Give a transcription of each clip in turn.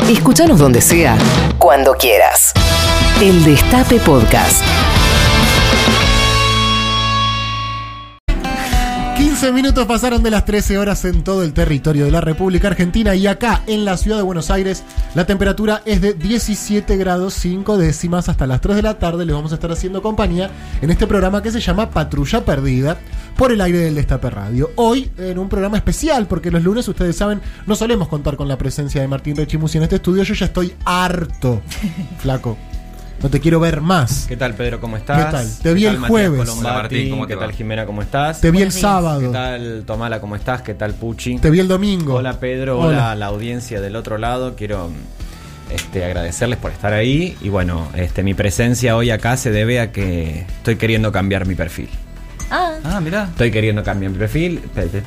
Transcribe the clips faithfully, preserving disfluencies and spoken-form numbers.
Escúchanos donde sea, cuando quieras. El Destape Podcast. quince minutos pasaron de las trece horas en todo el territorio de la República Argentina y acá en la ciudad de Buenos Aires la temperatura es de diecisiete grados cinco décimas. Hasta las tres de la tarde les vamos a estar haciendo compañía en este programa que se llama Patrulla Perdida por el aire del Destape Radio. Hoy en un programa especial porque los lunes, ustedes saben, no solemos contar con la presencia de Martín Rechimusi en este estudio. Yo ya estoy harto, flaco. No te quiero ver más. ¿Qué tal, Pedro? ¿Cómo estás? ¿Qué tal? Te vi ¿Qué tal, el Matías jueves. Colombati? Hola, Martín, ¿cómo te ¿Qué va? tal, Jimena? ¿Cómo estás? Te vi el Buenos días. sábado. ¿Qué tal, Tomala? ¿Cómo estás? ¿Qué tal, Puchi? Te vi el domingo. Hola, Pedro. Hola. Hola, a la audiencia del otro lado. Quiero este, agradecerles por estar ahí. Y bueno, este, mi presencia hoy acá se debe a que estoy queriendo cambiar mi perfil. Ah, Ah, mirá. Estoy queriendo cambiar mi perfil. ¿Y qué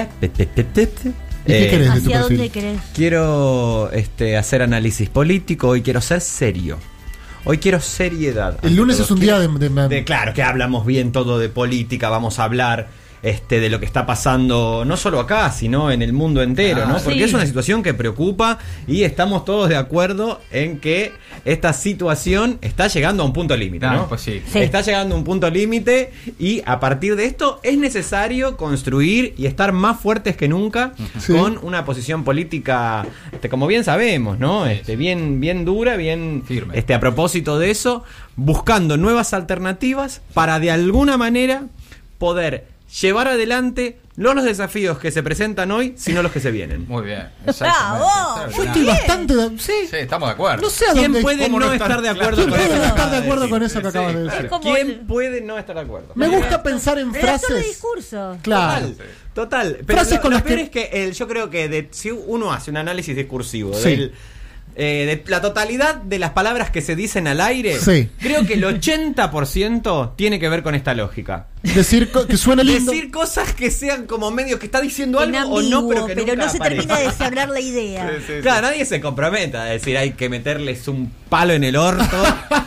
Eh, querés de tu ¿hacia perfil? dónde querés? Quiero este, hacer análisis político. Hoy quiero ser serio. Hoy quiero seriedad. El lunes Ante es un todo. día de, Quiero- de- de claro, que hablamos bien todo de política, vamos a hablar este de lo que está pasando no solo acá, sino en el mundo entero, Ah, ¿no? Porque sí. es una situación que preocupa y estamos todos de acuerdo en que esta situación está llegando a un punto límite, Ah, ¿no? pues sí. Sí. Está llegando a un punto límite y a partir de esto es necesario construir y estar más fuertes que nunca Sí. con una posición política, este, como bien sabemos, ¿no? Este, bien, bien dura, bien Firme. este, a propósito de eso, buscando nuevas alternativas para de alguna manera poder llevar adelante no los desafíos que se presentan hoy, sino los que se vienen. Muy bien. ¡Bravo! Yo estoy bastante de, sí, Sí, estamos de acuerdo. no sé a ¿Quién dónde puede cómo no no estar estar- de acuerdo ¿Quién con puede eso? no que estar acaba de acuerdo decir? con eso que acabas de Sí, decir? Es como ¿Quién el- puede no estar de acuerdo? Me gusta pensar en Redactor de frases. discurso. Claro. Total, total. Pero Frases lo, con lo las peor que- es que el- yo creo que de- si uno hace un análisis discursivo Sí. del, eh, de la totalidad de las palabras que se dicen al aire, Sí. creo que el ochenta por ciento tiene que ver con esta lógica. Decir co- que suena lindo. Decir cosas que sean como medio que está diciendo En algo ambiguo, o no, pero que nunca no se aparece. termina de desagrar la idea. Sí, sí, sí. Claro, nadie se compromete a decir hay que meterles un palo en el orto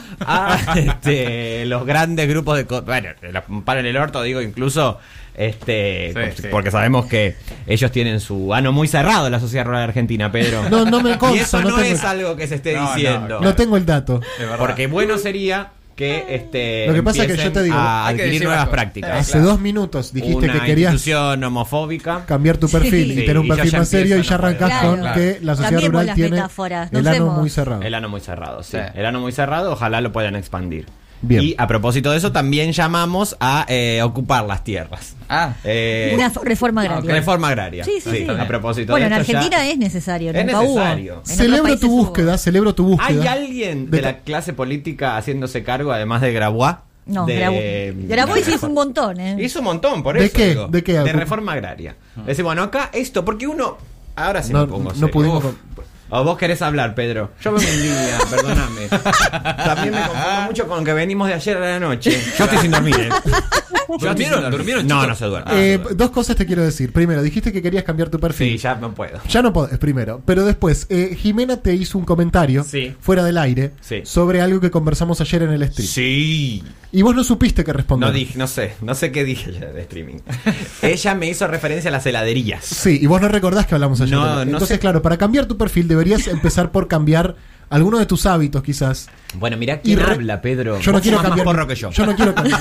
a este, los grandes grupos de... co- Bueno, un palo en el orto digo incluso este Sí, sí. porque sabemos que ellos tienen su ano muy cerrado en la sociedad rural argentina, Pedro. No, no me consta, Y eso no no, tengo- es algo que se esté No, no, diciendo. No tengo el dato. De verdad. Porque bueno sería que este Lo que pasa es que yo te digo, a hay que adquirir decir nuevas las cosas. prácticas. Hace claro. dos minutos dijiste Una que querías institución homofóbica. cambiar tu perfil Sí. y tener un Y yo perfil ya más serio y empiezo ya a no poder. arrancás con Claro. que la sociedad Cambiemos rural las tiene metáforas, no el ano usemos- muy cerrado. El ano muy cerrado, sí. Sí. El ano muy cerrado, ojalá lo puedan expandir. Bien. Y a propósito de eso, también llamamos a eh, ocupar las tierras. Ah, Eh, Una f- reforma agraria. Reforma agraria. Sí, sí, sí. A propósito Bueno, de en esto ya- Argentina es necesario, Es nunca necesario. hubo. En otros Celebro países tu hubo. búsqueda, celebro tu búsqueda. ¿Hay alguien De de ca- la clase política haciéndose cargo, además de Grabois? No, de, Grabois Grabois sí hizo un montón, ¿eh? Hizo un montón, por ¿De eso. qué? digo. ¿De qué? De reforma agraria. Decir, bueno, acá esto, porque uno. Ahora sí No- me pongo no serio. pudimos Uf. O vos querés hablar, Pedro. Yo me línea, perdóname. También me confundo mucho con que venimos de ayer a la noche. Yo estoy sin dormir, ¿eh? Yo estoy sin ¿Durmieron? dormir. ¿Durmieron, No, chicos? no se duerme. Eh, dos cosas te quiero decir. Primero, dijiste que querías cambiar tu perfil. Sí, ya no puedo. Ya no podés, primero. Pero después, eh, Jimena te hizo un comentario Sí. fuera del aire Sí. sobre algo que conversamos ayer en el stream. Sí. Y vos no supiste qué responder. No dije, no sé, no sé qué dije ya de streaming. Ella me hizo referencia a las heladerías. Sí, y vos no recordás que hablamos ayer. No, de- no Entonces, sé. claro, para cambiar tu perfil deberías empezar por cambiar alguno de tus hábitos, quizás. Bueno, mirá quién Y re- habla, Pedro. Yo no Vos quiero fumás cambiar. más porro que yo. Yo no quiero cambiar.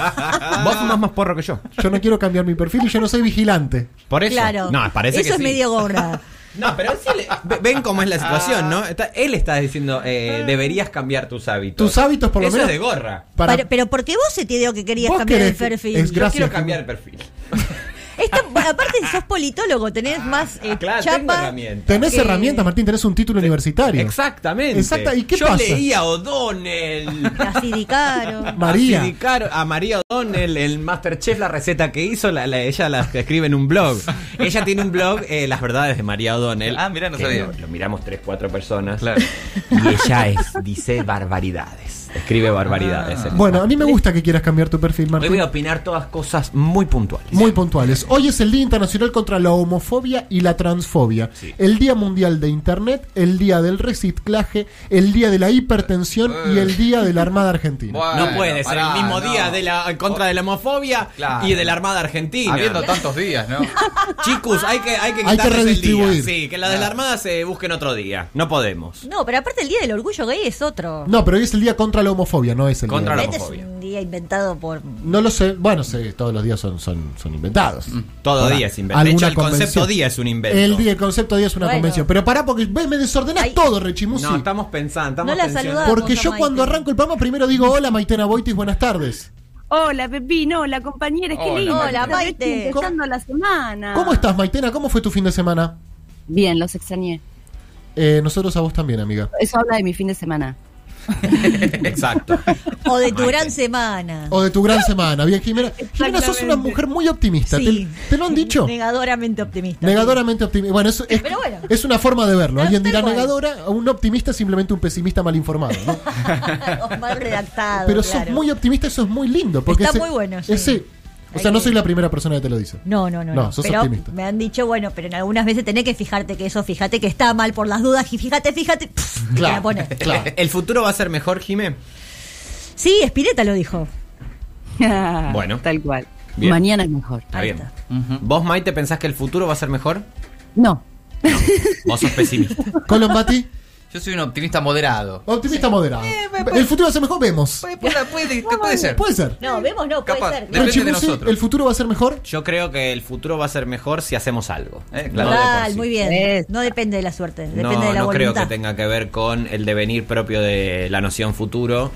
Vos fumás más porro que yo. Yo no quiero cambiar mi perfil y yo no soy vigilante. Por eso. Claro. No, parece Eso que es sí. medio gorda. No, pero sí le- ve- ven cómo es la situación, ¿no? Está- él está diciendo, eh, deberías cambiar tus hábitos. Tus hábitos, por lo Eso menos. es de gorra. Para- Pero, pero porque vos se te dio que querías Vos cambiar el querés que- perfil. es Yo Gracias, quiero Jimena. cambiar el perfil. Esta- aparte sos politólogo, tenés más eh, Claro, tengo chapa. herramientas. Tenés que- herramientas, Martín, tenés un título universitario. Exactamente. Exacta, ¿y qué Yo pasa? leía a O'Donnell. Así caro. María. A Sidicaro- a María O'Donnell, el Masterchef, la receta que hizo, la, la- ella la escribe en un blog. Ella tiene un blog, eh, Las Verdades de María O'Donnell. Ah, mirá, no que sabía. Lo, lo miramos tres, cuatro personas. Claro. Y ella es, dice barbaridades. Escribe barbaridades. Ah. Bueno, a mí me gusta que quieras cambiar tu perfil, Hoy Martín. voy a opinar todas cosas muy puntuales. Muy puntuales. Hoy es el Día Internacional contra la Homofobia y la Transfobia. Sí. El Día Mundial de Internet, el Día del Reciclaje, el Día de la Hipertensión y el Día de la Armada Argentina. Bueno, No puede ser pará, el mismo no. día de la, en contra de la homofobia Claro. y de la Armada Argentina. Habiendo tantos días, ¿no? Chicos, hay que, hay que Hay que quitarles el redistribuir. día. Sí, que la de la Armada se busquen otro día. No podemos. No, pero aparte el día del orgullo gay es otro. No, pero hoy es el Día contra la Homofobia, no es el Contra día. la Este es homofobia. un día inventado por... No lo sé. Bueno, sé, todos los días son, son, son inventados. Todo Pará, día es invento. De ¿alguna hecho, el concepto convención? día es un invento. El día, el concepto día es una Bueno. convención. Pero pará, porque ve, me desordenás Ay. todo, Rechimusi. No, estamos pensando, estamos No la tensionando. saludamos. Porque Vamos yo a cuando Maite. arranco el programa primero digo hola Maitena Boitis, buenas tardes. Hola, Pepino, hola, compañeras, qué Hola, lindo. Hola, Pero Maite. recién empezando la semana. ¿Cómo estás, Maitena? ¿Cómo fue tu fin de semana? Bien, los extrañé. Eh, nosotros a vos también, amiga. Eso habla de mi fin de semana. Exacto. O de tu Maite. gran semana. O de tu gran semana. Bien, Jimena. Jimena, sos una Exactamente. mujer muy optimista. Sí. ¿Te, te lo han dicho? Negadoramente optimista. Negadoramente optimista. Bueno, eso es, Pero bueno. es una forma de verlo. Tal- Alguien dirá tal cual. negadora, un optimista es simplemente un pesimista mal informado. ¿no? O mal redactado. Pero sos claro. muy optimista, eso es muy lindo. Porque Está ese- muy bueno, sí. ese- o sea, Hay no que- soy la primera persona que te lo dice. No, no, no. No, no. sos pero optimista. me han dicho, bueno, pero en algunas veces tenés que fijarte que eso, fíjate que está mal por las dudas y fíjate, fíjate. pff, y te Claro. la pones. Claro. ¿El futuro va a ser mejor, Jimé? Sí, Spinetta lo dijo. Bueno. Tal cual. Bien. Mañana es mejor. Está Ahí bien. está. ¿Vos, Maite, pensás que el futuro va a ser mejor? No. Vos sos pesimista. Colombati, Yo soy un optimista moderado. optimista moderado. me- El futuro va a ser mejor, vemos. Puede, puede, puede, puede ser. Puede ser. No, vemos, no, puede Capaz. ser. Depende de Rechimusi, nosotros. ¿el futuro va a ser mejor? Yo creo que el futuro va a ser mejor si hacemos algo. Eh, No claro. de por Total, sí. muy bien. Es. No depende de la suerte, depende No, de la no creo voluntad. que tenga que ver con el devenir propio de la noción futuro,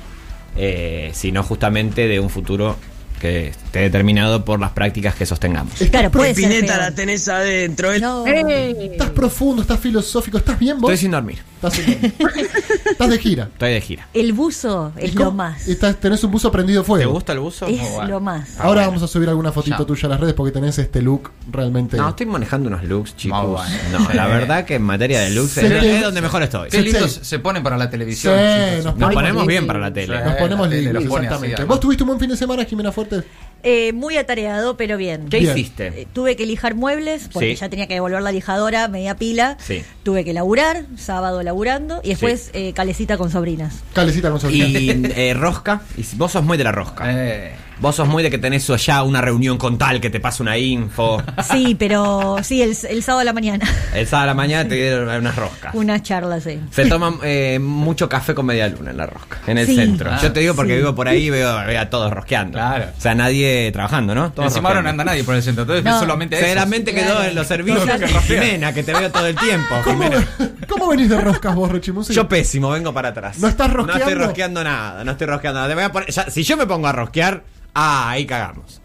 eh, sino justamente de un futuro que esté determinado por las prácticas que sostengamos. Claro, puede ser. Pineta peor. la tenés adentro. ¿eh? No. Estás profundo, estás filosófico, ¿estás bien vos? Estoy sin dormir. Estás, sin- estás de gira. Estoy de gira. El buzo es ¿Cómo? lo más. Estás- tenés un buzo prendido ¿Te fuego. gusta el buzo? Es Oh, bueno. lo más. Ah, Ahora bueno. vamos a subir alguna fotito Ya. tuya a las redes porque tenés este look realmente. No, estoy manejando unos looks, chicos. Muy bueno. No, la verdad que en materia de looks Se es, te- es donde mejor estoy. Qué Sí, lindos sí. se ponen para la televisión. Sí, chicos. nos Nos ponemos ponemos lindos. bien para la tele. Sí. Nos ponemos la tele lindos, los pone así, exactamente. además. ¿Vos tuviste un buen fin de semana, Jimena Fuerte? Eh, muy atareado, pero bien. ¿Qué Bien. hiciste? Eh, tuve que lijar muebles porque Sí. ya tenía que devolver la lijadora media pila. Sí. Tuve que laburar, sábado laburando y después eh, calecita con sobrinas. Calecita con sobrina. Y eh, rosca. Y si- vos sos muy de la rosca. Eh, Vos sos muy de que tenés ya una reunión con tal que te pasa una info. Sí, pero sí, el, el sábado a la mañana. El sábado a la mañana te dieron unas roscas. Unas charlas, sí. Se toma eh, mucho café con media luna en la rosca, en el Sí. centro. Ah, Yo te digo porque sí. vivo por ahí y veo, veo a todos rosqueando. Claro. O sea, nadie trabajando, ¿no? Todos encima ahora no rosqueando. anda nadie por el centro. Entonces No. solamente esos. Seguramente quedó Claro. en los servicios Claro. de Jimena, que te veo todo el tiempo, ¿Cómo, Jimena. ¿Cómo venís de roscas vos, Rechimusi? Yo pésimo, vengo para atrás. ¿No estás rosqueando? No estoy rosqueando nada, no estoy rosqueando nada. Te voy a poner- ya, si yo me pongo a rosquear, ah, ahí cagamos.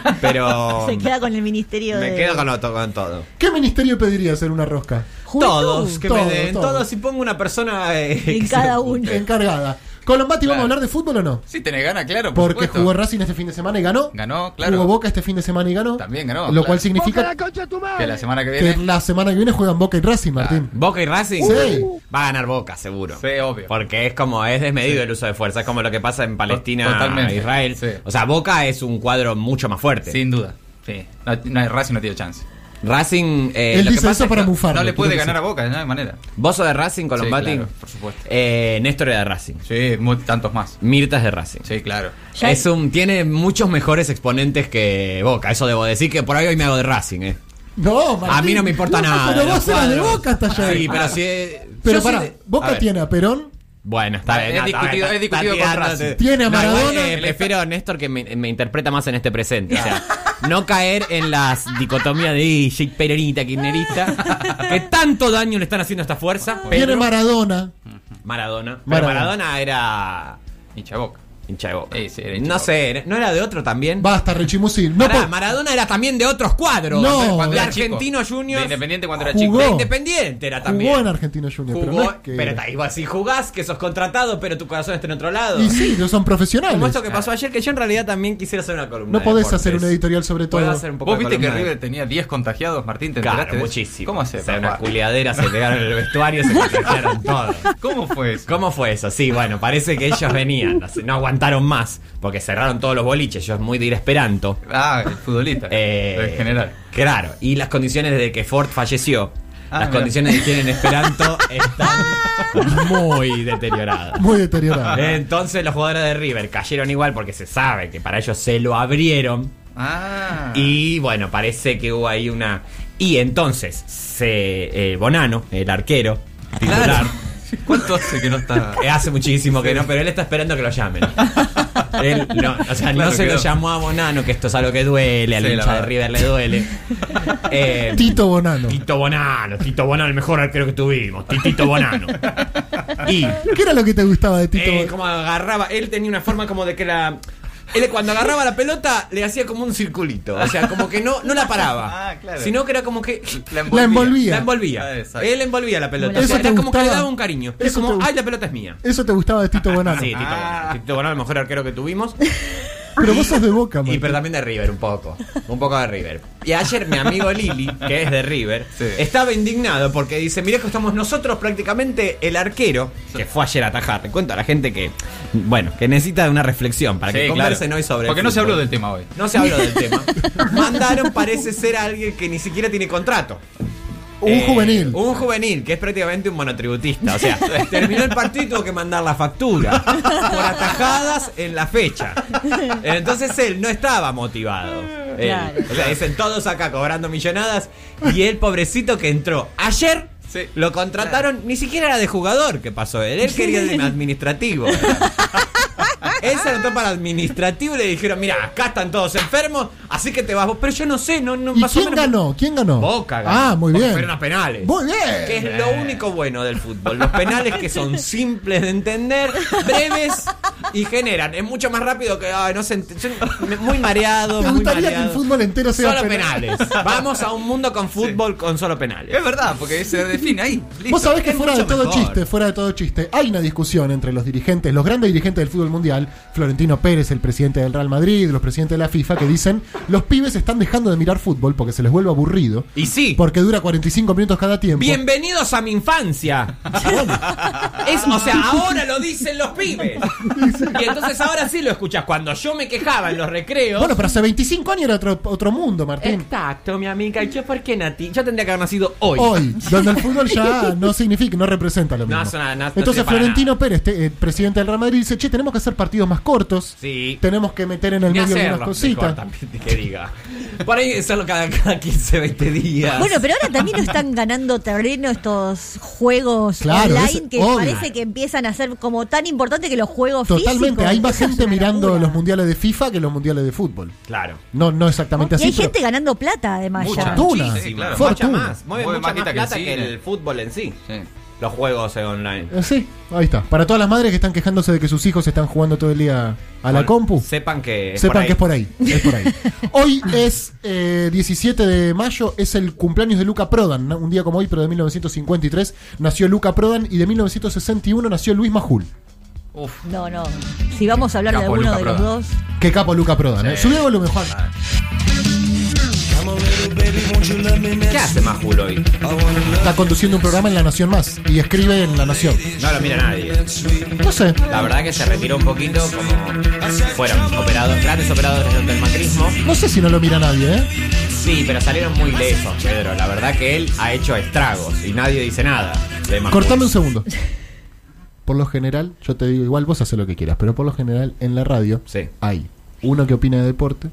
Pero Se queda con el ministerio me de... quedo con, lo, con todo. ¿Qué ministerio pedirías en una rosca? Juventud. Todos, que Todos, me den, todos. todos. Y pongo una persona eh, En que se cada lo uno. ocupe. Encargada. Colombati, ¿vamos a Claro. hablar de fútbol o no? Sí, tenés ganas, claro. por Porque supuesto. jugó Racing este fin de semana y ganó. Ganó, claro. Jugó Boca este fin de semana y ganó. También ganó, Lo claro. cual significa Que la semana que que viene. la semana que viene juegan Boca y Racing, Martín. Boca y Racing Sí. va a ganar Boca, seguro. Sí, obvio. Porque es como, es desmedido el uso de fuerza. Es como lo que pasa en Palestina Totalmente. e Israel. Sí. O sea, Boca es un cuadro mucho más fuerte. Sin duda. Sí. No, no, Racing no tiene chance. Racing, eh, Él lo que dice pasa eso es para que- mufarlo. No le puede quiero ganar a decir. Boca, no hay manera. ¿Vos sos de Racing, Colombati? Sí, claro, por supuesto. Eh, Néstor es de Racing. Sí, mu- tantos más. Mirta es de Racing. Sí, claro. Ya- Es un, tiene muchos mejores exponentes que Boca. Eso debo decir que por ahí hoy me hago de Racing, eh. No, Martín. A mí no me importa No, nada. Pero los vos eras de cuadros. Boca hasta allá. Sí, pero si. Pero yo soy pará, de- Boca a ver. tiene a Perón. Bueno, está He bien. no, está discutido- bien, he discutido está con tirándote. Racing. Tiene a No, igual, Maradona. eh, prefiero a Néstor que me, me interpreta más en este presente. O sea, no caer en las dicotomías de "Ih, soy peronista, kirchnerista", que tanto daño le están haciendo a esta fuerza. Tiene Pedro, Maradona. Maradona. Pero Maradona. Maradona era. Hincha Boca. Hincha de Boca. Sí, sí, era hincha No de sé, ¿no era de otro también? Basta, Rechimusi. No Pará, po- Maradona era también de otros cuadros. No. Cuando de era chico. Argentino Juniors. De Independiente cuando era Jugó. chico. De Independiente era también. Jugó en Argentino Junior, Jugó, pero no es que... pero está igual, si jugás, que sos contratado, pero tu corazón está en otro lado. Y sí, ellos son profesionales. Como esto que pasó ayer, que yo en realidad también quisiera hacer una columna. No de podés deportes. hacer un editorial sobre todo. Puedo hacer un poco ¿Vos de viste que columna de- River tenía diez contagiados, Martín? ¿Te Claro, enteraste de eso? muchísimo. ¿Cómo hace? O sea, papá? una culiadera, se pegaron en el vestuario y se contagiaron todos. ¿Cómo fue eso? ¿Cómo fue eso? Sí, bueno, parece que ellos venían, no sé, no aguantaron más, porque cerraron todos los boliches, yo es muy de ir esperanto. Ah, el futbolista. Eh, en general. Claro, y las condiciones de que Ford falleció, Ah, las mira. condiciones de higiene en esperanto están muy deterioradas. Muy deteriorado. Entonces los jugadores de River cayeron igual porque se sabe que para ellos se lo abrieron. Ah. Y bueno, parece que hubo ahí una... Y entonces, se, eh, Bonano, el arquero titular, Claro. ¿Cuánto hace que no está? eh, hace muchísimo que no, pero él está esperando que lo llamen. Él no, o sea, Claro no se que lo no. llamó a Bonano, que esto es algo que duele, al Sí, la hincha de verdad. River le duele. Eh, Tito Bonano. Tito Bonano, Tito Bonano, el mejor arquero que tuvimos, Titito Bonano. Y ¿Qué era lo que te gustaba de Tito eh, Bonano? como agarraba, él tenía una forma como de que la... Él cuando agarraba la pelota le hacía como un circulito, o sea, como que no, no la paraba, Ah, claro. sino que era como que La envolvía. la envolvía. Ah, exacto. Él envolvía la pelota, Eso o sea, te era como que le gustaba. daba un cariño. Eso Es como, te- ay, la pelota es mía. Eso te gustaba de Tito Bonano. Sí, Tito Bonano. Tito Bonano, el mejor arquero que tuvimos. Pero vos sos de Boca, Y Martín. pero también de River, un poco. Un poco de River. Y ayer mi amigo Lili, que es de River, Sí. estaba indignado porque dice, mirá que estamos nosotros prácticamente el arquero, que fue ayer a atajar. Le cuento a la gente que, bueno, que necesita una reflexión para que Sí, conversen claro. hoy sobre Porque el no se fútbol. habló del tema hoy. No se habló del tema. Mandaron, parece ser, a alguien que ni siquiera tiene contrato. Un Eh, juvenil. Un juvenil, que es prácticamente un monotributista. O sea, terminó el partido y tuvo que mandar la factura por atajadas en la fecha. Entonces él no estaba motivado. Él- Claro. o sea, dicen todos acá cobrando millonadas. Y él, pobrecito, que entró ayer. Sí. Lo contrataron, ni siquiera era de jugador que pasó él. Él quería de administrativo. Él se anotó para administrativo y le dijeron, mira, acá están todos enfermos, así que te vas vos. Pero yo no sé, no, no ¿Y más o quién menos- ganó? ¿Quién ganó? Boca ganó. Ah, muy Porque bien. fueron a penales. Muy bien. Que es lo único bueno del fútbol. Los penales que son simples de entender, breves y generan. Es mucho más rápido que. Ay, no se ent- yo me- muy mareado. ¿Te muy gustaría que mareado. el fútbol entero sea Solo penal? penales. Vamos a un mundo con fútbol con solo penales. Es verdad, porque se define ahí. Listo. Vos sabés que Es fuera de mucho todo mejor. chiste, fuera de todo chiste, hay una discusión entre los dirigentes, los grandes dirigentes del fútbol mundial, Florentino Pérez, el presidente del Real Madrid, los presidentes de la FIFA, que dicen, los pibes están dejando de mirar fútbol porque se les vuelve aburrido, Y sí. porque dura cuarenta y cinco minutos cada tiempo. Bienvenidos a mi infancia. Es, o sea, ahora lo dicen los pibes. Y entonces ahora sí lo escuchas. Cuando yo me quejaba en los recreos. Bueno, pero hace veinticinco años era otro, otro mundo, Martín. Exacto, mi amiga. ¿Y yo por qué Nati? Yo tendría que haber nacido hoy. Hoy, donde el fútbol ya no significa, no representa lo No, mismo. eso nada, no, no Entonces sirve para Florentino Pérez, te- eh, presidente del Real Madrid, dice, che, tenemos que hacer partidos más cortos, Sí. tenemos que meter en el Ni medio hacerlo, algunas mejor cositas. también que diga. Por ahí hacerlo cada, cada quince, veinte días. Bueno, pero ahora también no están ganando terreno estos juegos Claro, online ese- que obvio. parece que empiezan a ser como tan importante que los juegos Totalmente, físicos. hay más Eso es gente una mirando locura. los mundiales de FIFA que los mundiales de fútbol. Claro. No, no exactamente Y así. hay pero- gente ganando plata además Mucha. ya. Fortuna. Sí, claro. Mucha Fortuna. más. Mueve, Mueve mucha más más guita que el plata que el, cine. fútbol en sí. Sí. Los juegos eh, online. Eh, Sí, ahí está. Para todas las madres que están quejándose de que sus hijos están jugando todo el día a la Bueno, compu, Sepan que. es sepan por ahí. que es por ahí. Es por ahí. Hoy es eh, diecisiete de mayo, es el cumpleaños de Luca Prodan. ¿no? Un día como hoy, pero de mil novecientos cincuenta y tres, nació Luca Prodan y de mil novecientos sesenta y uno nació Luis Majul. Uf. No, no. Si vamos a hablar de Capo alguno Luca de los Prodan. dos. Qué capo Luca Prodan. ¿eh? Sí. Subí el volumen, Juan. ¿Qué hace Majul hoy? Está conduciendo un programa en La Nación Más y escribe en La Nación. No lo mira nadie. No sé. La verdad que se retiró un poquito, como fueron operados, grandes operadores del macrismo. No sé si no lo mira nadie, ¿eh? Sí, pero salieron muy lejos, Pedro. La verdad que él ha hecho estragos y nadie dice nada de Majul. Cortame un segundo. Por lo general, yo te digo, igual vos haces lo que quieras, pero por lo general en la radio Sí. hay uno que opina de deporte,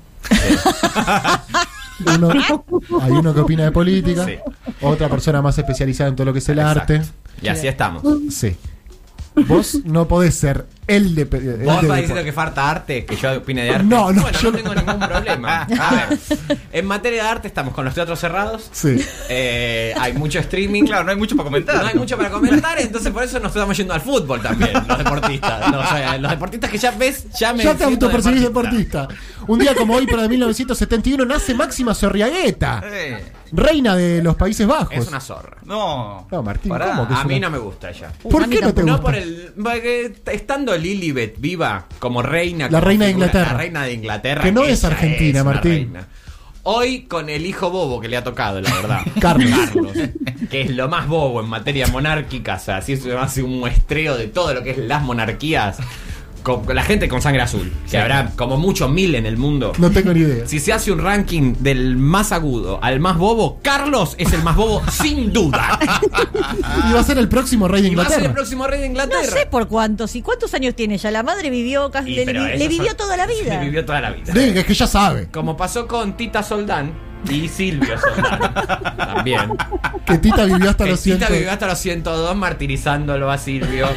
uno, hay uno que opina de política, Sí. otra persona más especializada en todo lo que es el Exacto. arte. Y así estamos. Sí. Vos no podés ser el de. El Vos de estás deporte. diciendo que falta arte, que yo opine de arte. No, no, bueno, yo- no tengo ningún problema. A ver, en materia de arte estamos con los teatros cerrados. Sí. Eh, hay mucho streaming. Claro, no hay mucho para comentar. No hay mucho para comentar, entonces por eso nos estamos yendo al fútbol también, los deportistas. No, o sea, los deportistas que ya ves, ya me Ya te siento autopercibís deportista. Un día como hoy, pero de mil novecientos setenta y uno, nace Máxima Sorriagueta, Eh, reina de los Países Bajos. Es una zorra. no. No, Martín, Pará. ¿cómo que es A mí una- no me gusta ella. ¿Por A mí qué no te tampoco. gusta? No por el. Porque estando Lilibet viva como reina. La como reina de figura- Inglaterra. La reina de Inglaterra. Que no es ella argentina, una Martín. reina. Hoy con el hijo bobo que le ha tocado, la verdad. Carlos. Que es lo más bobo en materia monárquica. O sea, así se hace un muestreo de todo lo que es las monarquías. Con, con la gente con sangre azul. Que habrá como mucho mil en el mundo. No tengo ni idea. Si se hace un ranking del más agudo al más bobo, Carlos es el más bobo sin duda. Y va a ser el próximo rey de Y va a ser el Inglaterra. próximo rey de No Inglaterra. sé por cuántos. ¿Y cuántos años tiene ella? La madre vivió casi. Y, Le, pero le esos vivió son- toda la vida. Le vivió toda la vida. Diga, que es que ya sabe. Como pasó con Tita Soldán y Silvio Soldán. También. Que Tita vivió hasta Que los cien. Tita vivió hasta los ciento dos martirizándolo a Silvio.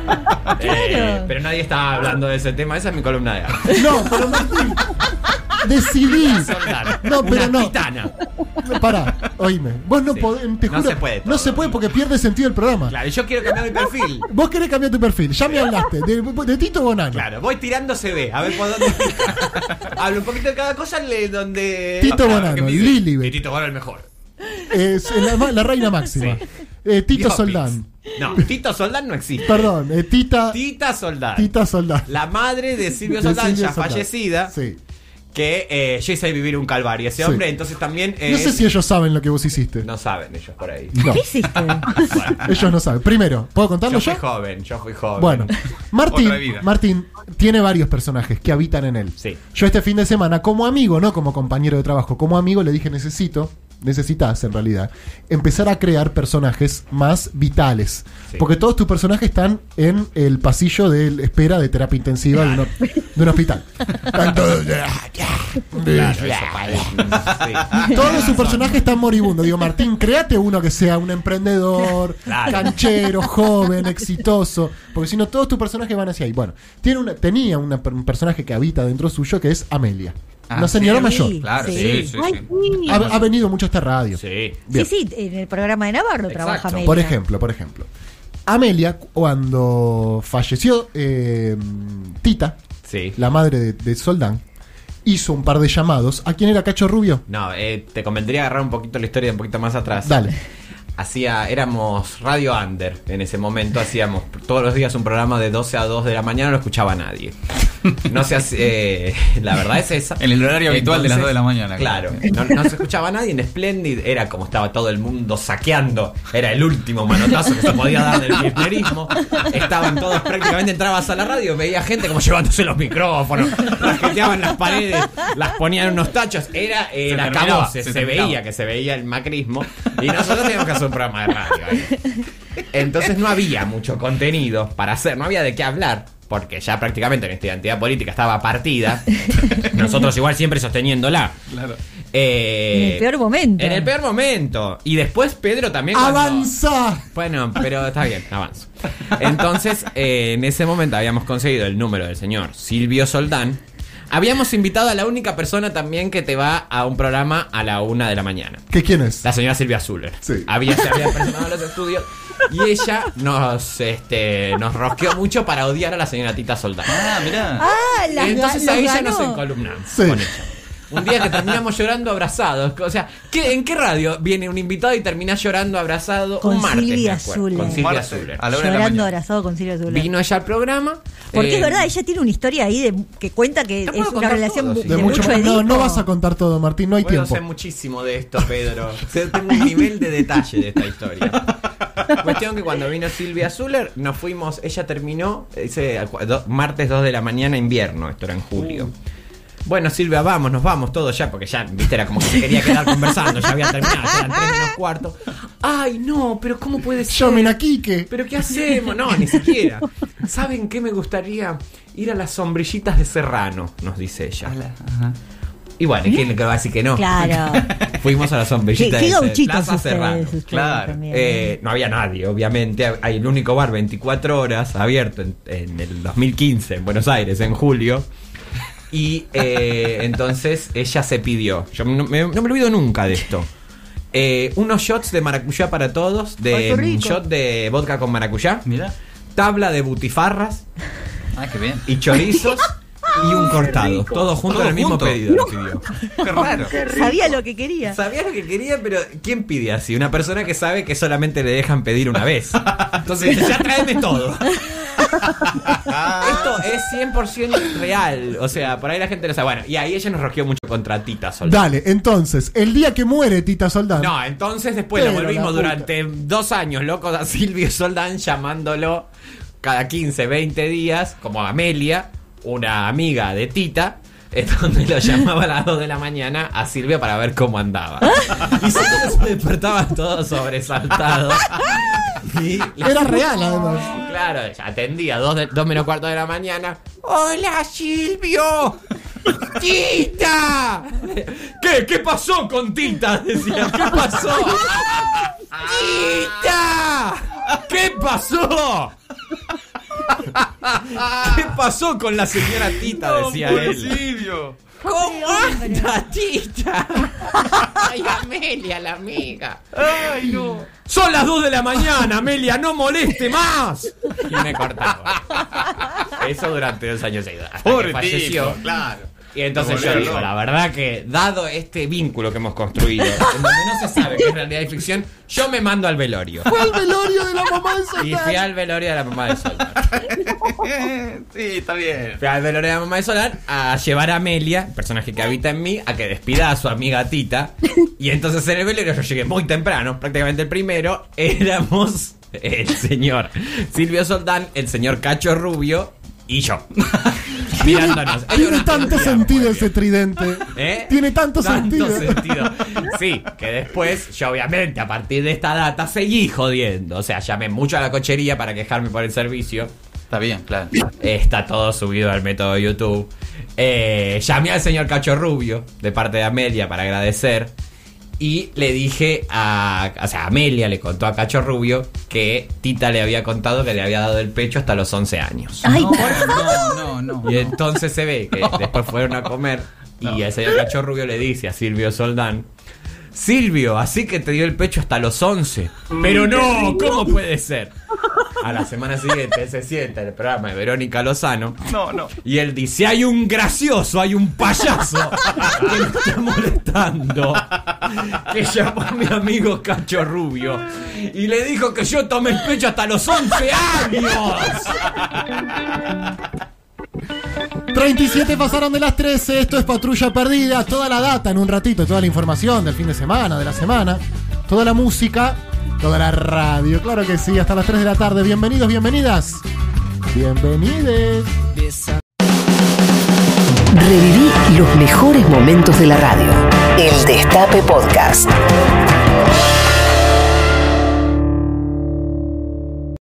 Eh, pero nadie estaba hablando de ese tema. Esa es mi columna de arte. No, pero Martín, decidí. Soldán. No, pero Una no. titana. Pará, oíme. Vos no Sí. podés, te No juro, se puede todo. no se puede porque pierde sentido el programa. Claro, y yo quiero cambiar mi perfil. Vos querés cambiar tu perfil, ya me hablaste de, de Tito Bonano. Claro, voy tirando C V, a ver por dónde pica. Hablo un poquito de cada cosa le- donde. Tito Claro, Bonano, que me dice, Lilibet. y Tito Bonano el mejor. Es la, la reina máxima. Sí. Eh, Tito Diopis. Soldán. No, Tito Soldán no existe. Perdón, eh, Tita. Tita Soldán. Tita Soldán. La madre de Silvio De Soldán, Silvio ya Soldán. fallecida. Sí. Que eh, yo hice vivir un calvario ese Sí. hombre, entonces también. eh, No sé si ellos saben lo que vos hiciste. No saben ellos por ahí. No, ¿Qué hiciste? ellos no saben. Primero, ¿puedo contarlo Yo yo? fui joven, yo fui joven. Bueno, Martín, Otra vida. Martín tiene varios personajes que habitan en él. Sí. Yo este fin de semana, como amigo, no como compañero de trabajo, como amigo le dije necesito, necesitas en realidad, empezar a crear personajes más vitales. Sí. Porque todos tus personajes están en el pasillo de espera de terapia intensiva de, un, de un hospital. Están todos- Claro, eso parece. Sí. Todos sus personajes están moribundos. Digo, Martín, créate uno que sea un emprendedor, Claro. canchero, joven, exitoso. Porque si no, todos tus personajes van hacia ahí. Bueno, tiene una, tenía una- un personaje que habita dentro suyo que es Amelia. Ah, una señora sí. mayor. Claro, sí, Sí. sí, Ay, sí. sí. Ha, ha venido mucho a esta radio. Sí. Bien. Sí, sí, en el programa de Navarro Exacto. trabaja Amelia. Por ejemplo, por ejemplo. Amelia, cuando falleció eh, Tita, Sí. la madre de, de Soldán, hizo un par de llamados. ¿A quién era Cacho Rubio? No, eh, te convendría agarrar un poquito la historia un poquito más atrás. Dale. Hacía, éramos Radio Under en ese momento, hacíamos todos los días un programa de doce a dos de la mañana, no lo escuchaba nadie. No se hace, eh, la verdad es esa. En el horario habitual de las dos de la mañana, Claro, claro. no, no se escuchaba nadie. En Splendid era como estaba todo el mundo saqueando. Era el último manotazo que se podía dar del kirchnerismo. Estaban todos, prácticamente entrabas a la radio, veía gente como llevándose los micrófonos, rasqueteaban las paredes, las ponían en unos tachos. Era, era terminaba, cabose, se se, terminaba. veía que se veía el macrismo. Y nosotros teníamos que hacer un programa de radio ahí. Entonces no había mucho contenido para hacer, no había de qué hablar. Porque ya prácticamente nuestra identidad política estaba partida. Nosotros igual siempre sosteniéndola. Claro. Eh, En el peor momento. En el peor momento. Y después Pedro también. cuando- ¡Avanza! Bueno, pero está bien, avanzo. Entonces, eh, en ese momento habíamos conseguido el número del señor Silvio Soldán. Habíamos invitado a la única persona también que te va a un programa a la una de la mañana. ¿Qué quién es? La señora Silvia Zuller. Sí. Había, se había presentado en los estudios. Y ella nos, este, nos rosqueó mucho para odiar a la señora Tita Soldán. Ah, mirá. Ah, la Y entonces los ahí ya ganó. nos encolumnamos Sí. con ella. Un día que terminamos llorando abrazados. O sea, ¿qué, ¿en qué radio viene un invitado y termina llorando abrazado? Con un martes, Silvia me acuerdo, Zuller. Con Silvia Martes, Zuller. a la una de la Llorando mañana. abrazado con Silvia Zuller. Vino ella al programa. Porque eh, es verdad, ella tiene una historia ahí de, que cuenta que Te es puedo una contar relación todo, de, sí. De de mucho mucho más. No, Edipo. no vas a contar todo, Martín, no hay Puedo tiempo. sé muchísimo de esto, Pedro. O sea, tengo un nivel de detalle de esta historia. Cuestión que cuando vino Silvia Zuller, nos fuimos, ella terminó ese do- martes dos de la mañana, invierno, esto era en julio. Bueno, Silvia, vamos, nos vamos todos ya, porque ya, viste, era como que se quería quedar conversando, ya había terminado, ya eran tres menos cuarto. Ay, no, pero ¿cómo puede ser? Llamen a Quique. ¿Pero qué hacemos? No, ni siquiera. ¿Saben qué me gustaría? Ir a las sombrillitas de Serrano, nos dice ella. Ajá. Y bueno, ¿quién le va a decir que no? Claro. Fuimos a la Qué, sombrillita qué de gauchitos Plaza ustedes, Serrano. ustedes Claro. también. Eh, no había nadie, obviamente. Hay el único bar veinticuatro horas abierto en, en el dos mil quince en Buenos Aires, en julio. Y eh, entonces ella se pidió. Yo no me, no me olvido nunca de esto. Eh, unos shots de maracuyá para todos. De Ay, qué rico. shot de vodka con maracuyá. Mira. Tabla de butifarras Ah, qué bien. y chorizos. Y un cortado. Todo junto Todo en el mismo junto. pedido. lo pidió. Qué raro. Sabía lo que quería. Sabía lo que quería, pero ¿quién pide así? Una persona que sabe que solamente le dejan pedir una vez. Entonces dice, ya tráeme todo. Esto es cien por ciento real. O sea, por ahí la gente lo sabe. Bueno, y ahí ella nos roqueó mucho contra Tita Soldán. Dale, entonces, el día que muere Tita Soldán. No, entonces después lo Pero volvimos la durante dos años locos a Silvio Soldán, llamándolo cada quince, veinte días, como Amelia, una amiga de Tita, es donde lo llamaba a las dos de la mañana a Silvia para ver cómo andaba. Y se, se despertaban todos sobresaltados. Y Era real, además. claro, atendía dos, de, dos menos cuarto de la mañana. ¡Hola, Silvio! ¡Tita! ¿Qué? ¿Qué pasó con Tita? Decían, ¿qué pasó? ¡Tita! ¿Qué pasó? ¿Qué pasó con la señora Tita? Decía él. Silvio. ¿Cómo anda, Tita? Ay, Amelia, la amiga. Ay, no. Son las dos de la mañana, Amelia, no moleste más. Y me cortaba. Eso durante dos años seguidos. Hasta que Pobre falleció. tipo, claro. Y entonces Lo yo volvió digo, loco. la verdad que, dado este vínculo que hemos construido, en donde no se sabe qué es realidad y ficción, yo me mando al velorio. Fue al velorio de la mamá de Y Soldán. fui al velorio de la mamá de Solar. Sí, está bien. Fui al velorio de la mamá de Solar a llevar a Amelia, el personaje que habita en mí, a que despida a su amiga Tita. Y entonces en el velorio yo llegué muy temprano, prácticamente el primero. Éramos el señor Silvio Soldán, el señor Cacho Rubio y yo. Mirándonos. Tiene tanto sentido ese tridente. ¿Eh? Tiene tanto, sentido. sentido. Sí, que después yo obviamente a partir de esta data seguí jodiendo. O sea, llamé mucho a la cochería para quejarme por el servicio. Está bien, claro. Está todo subido al método de YouTube. Eh, llamé al señor Cacho Rubio de parte de Amelia para agradecer. Y le dije a... O sea, Amelia le contó a Cacho Rubio que Tita le había contado que le había dado el pecho hasta los once años. Ay, no, por no, no, no. Y entonces se ve que después fueron a comer y el señor Cacho Rubio le dice a Silvio Soldán: Silvio, así que te dio el pecho hasta los once. Pero no, ¿cómo puede ser? A la semana siguiente él se sienta en el programa de Verónica Lozano. No, no. Y él dice: hay un gracioso, hay un payaso que me está molestando, que llamó a mi amigo Cacho Rubio y le dijo que yo tomé el pecho hasta los once años. treinta y siete pasaron de las trece, esto es Patrulla Perdida, toda la data en un ratito, toda la información del fin de semana, de la semana, toda la música, toda la radio, claro que sí, hasta las tres de la tarde. Bienvenidos, bienvenidas, bienvenides. Reviví los mejores momentos de la radio. El Destape Podcast.